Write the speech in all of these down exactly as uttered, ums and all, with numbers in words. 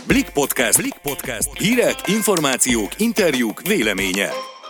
Blik Podcast. Blik Podcast. Hírek, információk, interjúk, véleménye.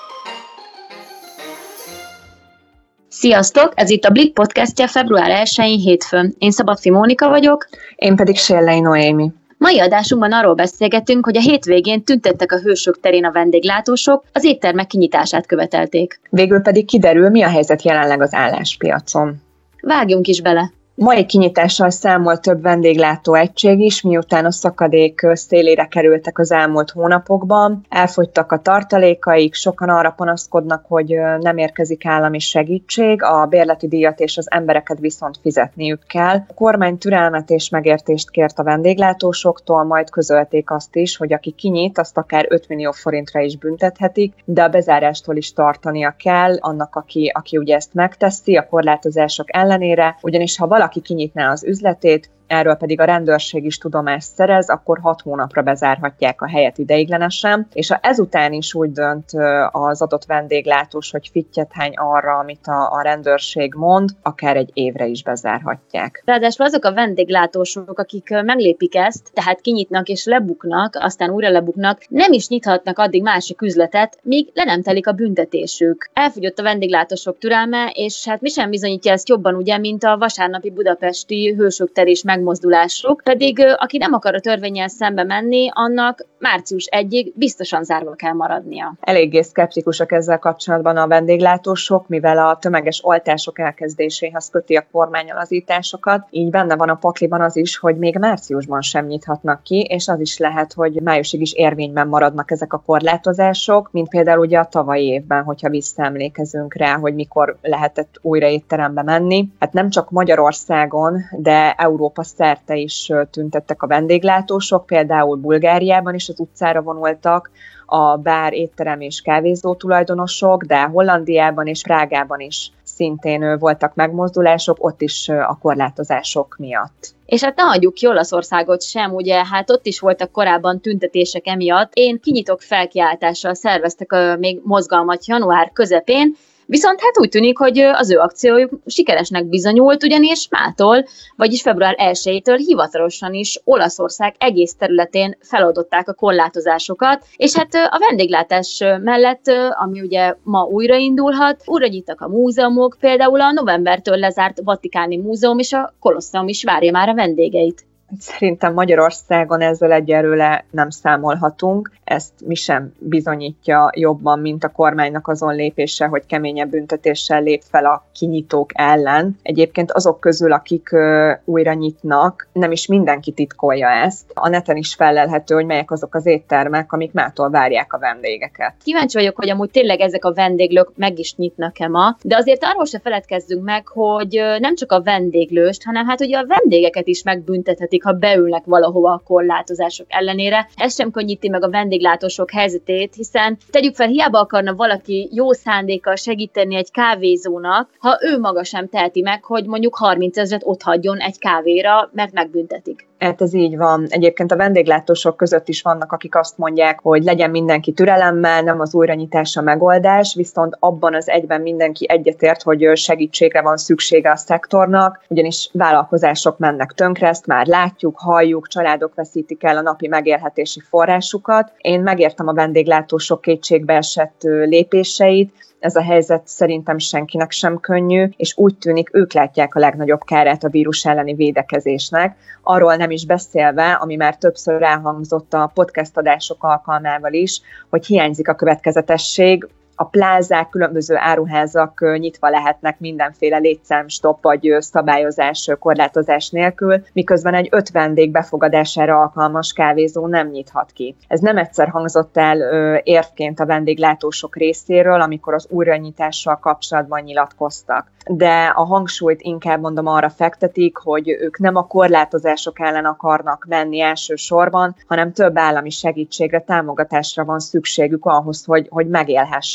Sziasztok! Ez itt a Blik Podcastja február elsején hétfőn. Én Szabadfi Mónika vagyok. Én pedig Sérlei Noémi. Mai adásunkban arról beszélgetünk, hogy a hétvégén tüntettek a Hősök terén a vendéglátósok, az éttermek kinyitását követelték. Végül pedig kiderül, mi a helyzet jelenleg az álláspiacon. Vágjunk is bele! Mai kinyitással számol több vendéglátó egység is, miután a szakadék szélére kerültek az elmúlt hónapokban. Elfogytak a tartalékaik, sokan arra panaszkodnak, hogy nem érkezik állami segítség, a bérleti díjat és az embereket viszont fizetniük kell. A kormány türelmet és megértést kért a vendéglátósoktól, majd közölték azt is, hogy aki kinyit, azt akár öt millió forintra is büntethetik, de a bezárástól is tartania kell annak, aki, aki ugye ezt megteszi a korlátozások ellenére, ugyanis ha valaki aki kinyitná az üzletét, erről pedig a rendőrség is tudomást szerez, akkor hat hónapra bezárhatják a helyet ideiglenesen, és ha ezután is úgy dönt az adott vendéglátós, hogy fittyet hány arra, amit a, a rendőrség mond, akár egy évre is bezárhatják. Ráadásul azok a vendéglátósok, akik meglépik ezt, tehát kinyitnak és lebuknak, aztán újra lebuknak, nem is nyithatnak addig másik üzletet, míg le nem telik a büntetésük. Elfogyott a vendéglátósok türelme, és hát mi sem bizonyítja ezt jobban, ugye, mint a vasárnapi budapesti Hősök terén megmozdulásuk, pedig aki nem akar a törvénnyel szembe menni, annak március elsejéig biztosan zárva kell maradnia. Eléggé szkeptikusak ezzel kapcsolatban a vendéglátósok, mivel a tömeges oltások elkezdéséhez köti a kormány a lazításokat, így benne van a pakliban az is, hogy még márciusban sem nyithatnak ki, és az is lehet, hogy májusig is érvényben maradnak ezek a korlátozások, mint például ugye a tavalyi évben, hogyha visszaemlékezünk rá, hogy mikor lehetett újra étterembe menni. Hát nem csak Magyarországon, de Európa szerte is tüntettek a vendéglátósok, például Bulgáriában is az utcára vonultak a bár, étterem és kávézó tulajdonosok, de Hollandiában és Prágában is szintén voltak megmozdulások, ott is a korlátozások miatt. És hát ne hagyjuk ki Olaszországot sem, ugye, hát ott is voltak korábban tüntetések emiatt. Én kinyitok felkiáltással szerveztek a még mozgalmat január közepén, viszont hát úgy tűnik, hogy az ő akciójuk sikeresnek bizonyult, ugyanis mától, vagyis február elsejétől hivatalosan is Olaszország egész területén feloldották a korlátozásokat, és hát a vendéglátás mellett, ami ugye ma újraindulhat, újra nyitnak a múzeumok, például a novembertől lezárt Vatikáni Múzeum és a Kolosseum is várja már a vendégeit. Szerintem Magyarországon ezzel egyelőre nem számolhatunk, ezt mi sem bizonyítja jobban, mint a kormánynak azon lépése, hogy keményebb büntetéssel lép fel a kinyitók ellen. Egyébként azok közül, akik ö, újra nyitnak, nem is mindenki titkolja ezt. A neten is fellelhető, hogy melyek azok az éttermek, amik mától várják a vendégeket. Kíváncsi vagyok, hogy amúgy tényleg ezek a vendéglők meg is nyitnak-e ma, de azért arról se feledkezzünk meg, hogy nem csak a vendéglőst, hanem hát ugye a vendégeket is megbüntethetik, ha beülnek valahova a korlátozások ellenére. Ez sem könnyíti meg a vendéglátósok helyzetét, hiszen tegyük fel, hiába akarna valaki jó szándékkal segíteni egy kávézónak, ha ő maga sem teheti meg, hogy mondjuk harmincezret ott hagyjon egy kávéra, mert megbüntetik. Hát ez így van. Egyébként a vendéglátósok között is vannak, akik azt mondják, hogy legyen mindenki türelemmel, nem az újranyitás a megoldás, viszont abban az egyben mindenki egyetért, hogy segítségre van szüksége a szektornak, ugyanis vállalkozások mennek tönkre, ezt már látjuk, halljuk, családok veszítik el a napi megélhetési forrásukat. Én megértem a vendéglátósok kétségbeesett lépéseit, ez a helyzet szerintem senkinek sem könnyű, és úgy tűnik, ők látják a legnagyobb kárát a vírus elleni védekezésnek. Arról nem is beszélve, ami már többször elhangzott a podcast adások alkalmával is, hogy hiányzik a következetesség. A plázák, különböző áruházak nyitva lehetnek mindenféle létszámstopp vagy szabályozás, korlátozás nélkül, miközben egy öt vendég befogadására alkalmas kávézó nem nyithat ki. Ez nem egyszer hangzott el érvként a vendéglátósok részéről, amikor az újranyitással kapcsolatban nyilatkoztak. De a hangsúlyt inkább mondom arra fektetik, hogy ők nem a korlátozások ellen akarnak menni elsősorban, hanem több állami segítségre, támogatásra van szükségük ahhoz, hogy, hogy megélhessenek.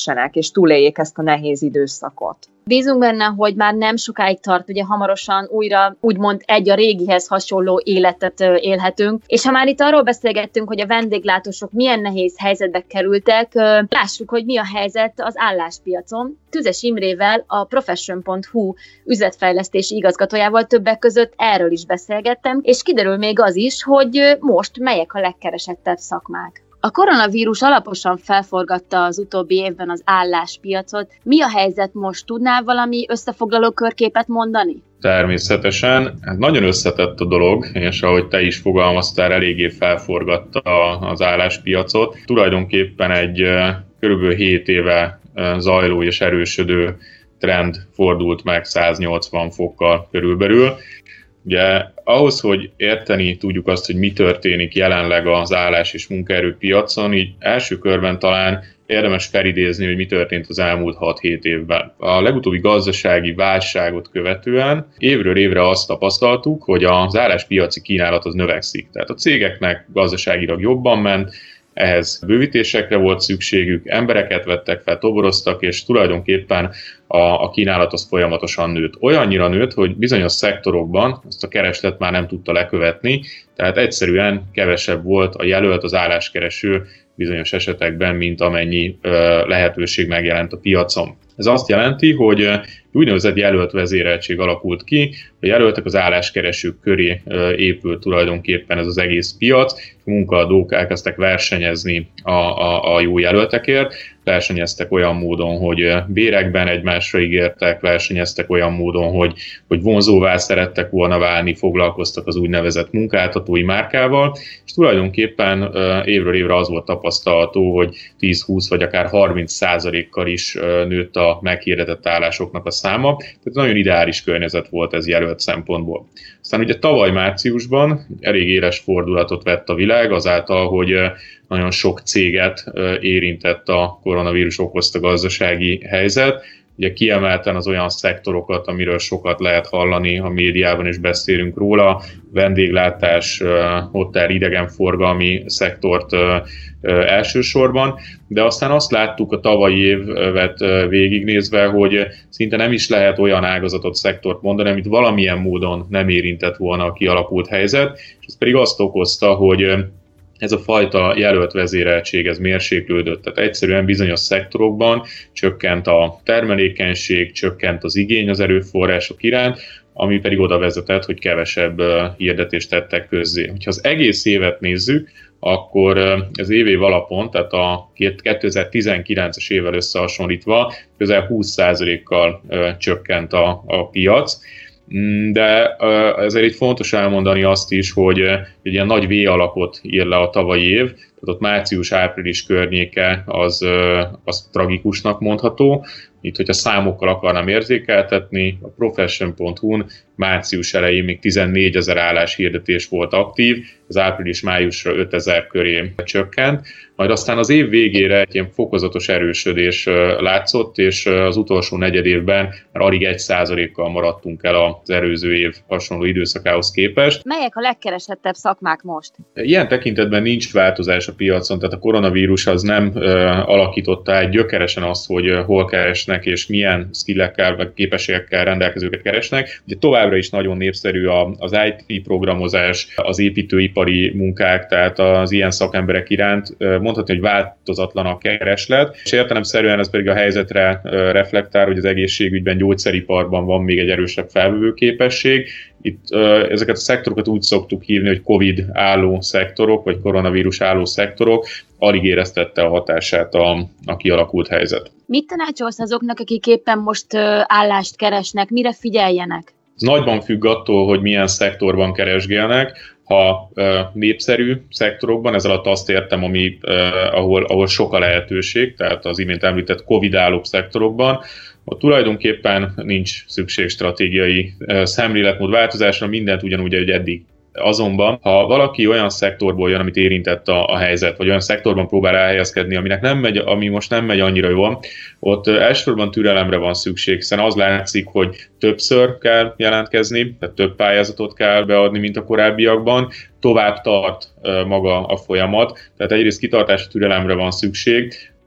lehessenek, és túléljék ezt a nehéz időszakot. Bízunk benne, hogy már nem sokáig tart, ugye hamarosan újra úgymond egy a régihez hasonló életet élhetünk. És ha már itt arról beszélgettünk, hogy a vendéglátósok milyen nehéz helyzetbe kerültek, lássuk, hogy mi a helyzet az álláspiacon. Tüzes Imrével, a profession pont hu üzletfejlesztési igazgatójával többek között erről is beszélgettem, és kiderül még az is, hogy most melyek a legkeresettebb szakmák. A koronavírus alaposan felforgatta az utóbbi évben az álláspiacot. Mi a helyzet most? Tudnál valami összefoglaló körképet mondani? Természetesen. Hát nagyon összetett a dolog, és ahogy te is fogalmaztál, eléggé felforgatta az álláspiacot. Tulajdonképpen egy körülbelül hét éve zajló és erősödő trend fordult meg száznyolcvan fokkal körülbelül. Ugye ahhoz, hogy érteni tudjuk azt, hogy mi történik jelenleg az állás- és munkaerőpiacon, így első körben talán érdemes felidézni, hogy mi történt az elmúlt hat-hét évben. A legutóbbi gazdasági válságot követően évről évre azt tapasztaltuk, hogy az álláspiaci kínálat az növekszik. Tehát a cégeknek gazdaságilag jobban ment, ehhez bővítésekre volt szükségük, embereket vettek fel, toboroztak, és tulajdonképpen a, a kínálat az folyamatosan nőtt. Olyannyira nőtt, hogy bizonyos szektorokban azt a kereslet már nem tudta lekövetni, tehát egyszerűen kevesebb volt a jelölt, az álláskereső bizonyos esetekben, mint amennyi ö, lehetőség megjelent a piacon. Ez azt jelenti, hogy úgynevezett jelölt vezéreltség alakult ki, a jelöltek az álláskeresők köré épült tulajdonképpen ez az egész piac, a munkaadók elkezdtek versenyezni a, a, a jó jelöltekért, versenyeztek olyan módon, hogy bérekben egymásra ígértek, versenyeztek olyan módon, hogy, hogy vonzóvá szerettek volna válni, foglalkoztak az úgynevezett munkáltatói márkával, és tulajdonképpen évről évre az volt tapasztalható, hogy tíz-húsz vagy akár harminc százalékkal is nőtt a meghirdetett állásoknak a száma, tehát nagyon ideális környezet volt ez jelölt szempontból. Aztán ugye tavaly márciusban elég éles fordulatot vett a világ azáltal, hogy nagyon sok céget érintett a koronavírus okozta gazdasági helyzet. Ugye kiemelten az olyan szektorokat, amiről sokat lehet hallani a médiában, és beszélünk róla, vendéglátás, hotel, idegenforgalmi szektort elsősorban, de aztán azt láttuk a tavalyi évet végignézve, hogy szinte nem is lehet olyan ágazatot, szektort mondani, amit valamilyen módon nem érintett volna a kialakult helyzet, és ez pedig azt okozta, hogy ez a fajta jelölt vezéreltség, ez mérséklődött. Tehát egyszerűen bizonyos szektorokban csökkent a termelékenység, csökkent az igény az erőforrások iránt, ami pedig oda vezetett, hogy kevesebb hirdetést tettek közzé. Ha az egész évet nézzük, akkor az évév alapon, tehát a kétezer-tizenkilences évvel összehasonlítva közel húsz százalékkal csökkent a, a piac. De ezért itt fontos elmondani azt is, hogy egy ilyen nagy V-alakot ír le a tavalyi év, tehát ott március-április környéke az, az tragikusnak mondható. Itt, hogyha számokkal akarnám érzékeltetni, a profession pont hu-n március elején még tizennégyezer álláshirdetés volt aktív, az április-májusra ötezer köré csökkent, majd aztán az év végére egy ilyen fokozatos erősödés látszott, és az utolsó negyed évben már alig egy százalékkal maradtunk el az előző év hasonló időszakához képest. Melyek a legkeresettebb szakmák most? Ilyen tekintetben nincs változás a piacon, tehát a koronavírus az nem ö, alakította egy gyökeresen azt, hogy hol keresnek és milyen skillekkel vagy képességekkel rendelkezőket keresnek. Ugye továbbra is nagyon népszerű az i té programozás, az építőipari munkák, tehát az ilyen szakemberek iránt mondhatni, hogy változatlan a kereslet, és értelemszerűen ez pedig a helyzetre reflektál, hogy az egészségügyben, gyógyszeriparban van még egy erősebb felvevő képesség. Itt ezeket a szektorokat úgy szoktuk hívni, hogy Covid álló szektorok, vagy koronavírus álló szektorok, alig éreztette a hatását a, a kialakult helyzet. Mit tanácsolsz azoknak, akik éppen most állást keresnek, mire figyeljenek? Nagyban függ attól, hogy milyen szektorban keresgélnek. Ha uh, népszerű szektorokban, ez alatt azt értem, ami, uh, ahol, ahol sok a lehetőség, tehát az imént említett Covid álló szektorokban, ott tulajdonképpen nincs szükség stratégiai uh, szemléletmód változásra, mindent ugyanúgy, ahogy eddig. Azonban, ha valaki olyan szektorból jön, amit érintett a, a helyzet, vagy olyan szektorban próbál elhelyezkedni, aminek nem megy, ami most nem megy annyira jól, ott elsősorban türelemre van szükség, hiszen az látszik, hogy többször kell jelentkezni, tehát több pályázatot kell beadni, mint a korábbiakban, tovább tart maga a folyamat, tehát egyrészt kitartási türelemre van szükség,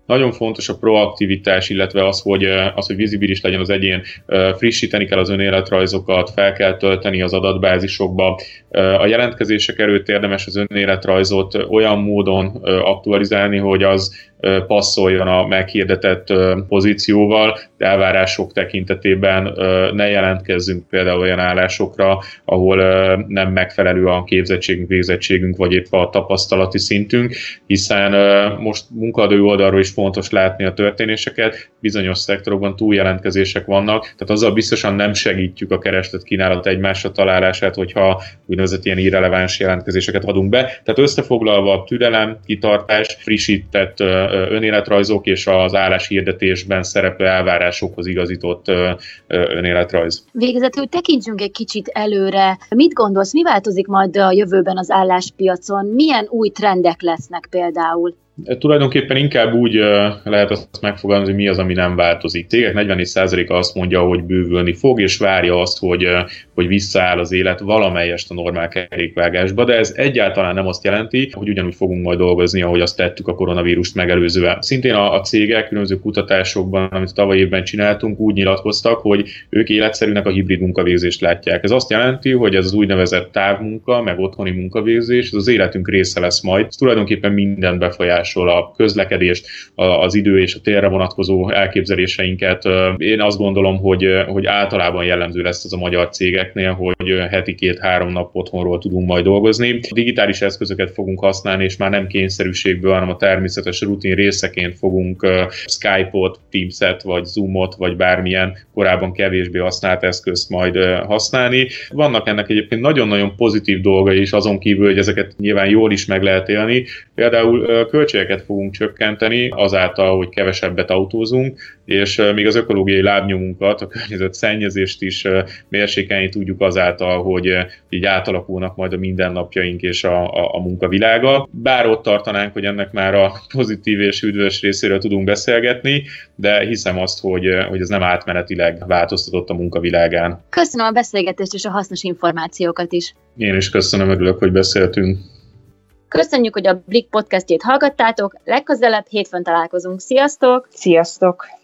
Nagyon fontos a proaktivitás, illetve az, hogy, az, hogy vizibilis legyen az egyén, frissíteni kell az önéletrajzokat, fel kell tölteni az adatbázisokba. A jelentkezések előtt érdemes az önéletrajzot olyan módon aktualizálni, hogy az passzoljon a meghirdetett pozícióval, de elvárások tekintetében ne jelentkezzünk például olyan állásokra, ahol nem megfelelő a képzettségünk, végzettségünk, vagy épp a tapasztalati szintünk, hiszen most munkaadói oldalról is fontos látni a történéseket, bizonyos szektorokban túljelentkezések vannak, tehát azzal biztosan nem segítjük a kereslet-kínálat egymásra találását, hogyha úgynevezett ilyen irreleváns jelentkezéseket adunk be. Tehát összefoglalva türelem, kitartás, frissített önéletrajzok és az álláshirdetésben szereplő elvárásokhoz igazított önéletrajz. Végezetül tekintsünk egy kicsit előre. Mit gondolsz, mi változik majd a jövőben az álláspiacon? Milyen új trendek lesznek például? Tulajdonképpen inkább úgy lehet azt megfogalmazni, hogy mi az, ami nem változik. Cégek negyvennégy százaléka azt mondja, hogy bővülni fog, és várja azt, hogy, hogy visszaáll az élet valamelyest a normál kerékvágásba, de ez egyáltalán nem azt jelenti, hogy ugyanúgy fogunk majd dolgozni, ahogy azt tettük a koronavírust megelőzően. Szintén a, a cégek különböző kutatásokban, amit tavaly évben csináltunk, úgy nyilatkoztak, hogy ők életszerűnek a hibrid munkavégzést látják. Ez azt jelenti, hogy ez az úgynevezett távmunka, meg otthoni munkavégzés, ez az életünk része lesz majd. Ez tulajdonképpen minden befolyás a közlekedést, az idő és a térre vonatkozó elképzeléseinket. Én azt gondolom, hogy, hogy általában jellemző lesz az a magyar cégeknél, hogy heti két-három nap otthonról tudunk majd dolgozni. Digitális eszközöket fogunk használni, és már nem kényszerűségből, hanem a természetes rutin részeként fogunk Skype-ot, Teams-et, vagy Zoom-ot, vagy bármilyen korábban kevésbé használt eszközt majd használni. Vannak ennek egyébként nagyon-nagyon pozitív dolgai is, azon kívül, hogy ezeket nyilván jól is meg lehet élni. Például költségeket fogunk csökkenteni azáltal, hogy kevesebbet autózunk, és még az ökológiai lábnyomunkat, a környezet szennyezést is mérsékelni tudjuk azáltal, hogy így átalakulnak majd a mindennapjaink és a, a, a munkavilága. Bár ott tartanánk, hogy ennek már a pozitív és üdvös részéről tudunk beszélgetni, de hiszem azt, hogy, hogy ez nem átmenetileg változtatott a munkavilágán. Köszönöm a beszélgetést és a hasznos információkat is. Én is köszönöm, örülök, hogy beszéltünk. Köszönjük, hogy a Blik podcastjét hallgattátok, legközelebb hétfőn találkozunk. Sziasztok! Sziasztok!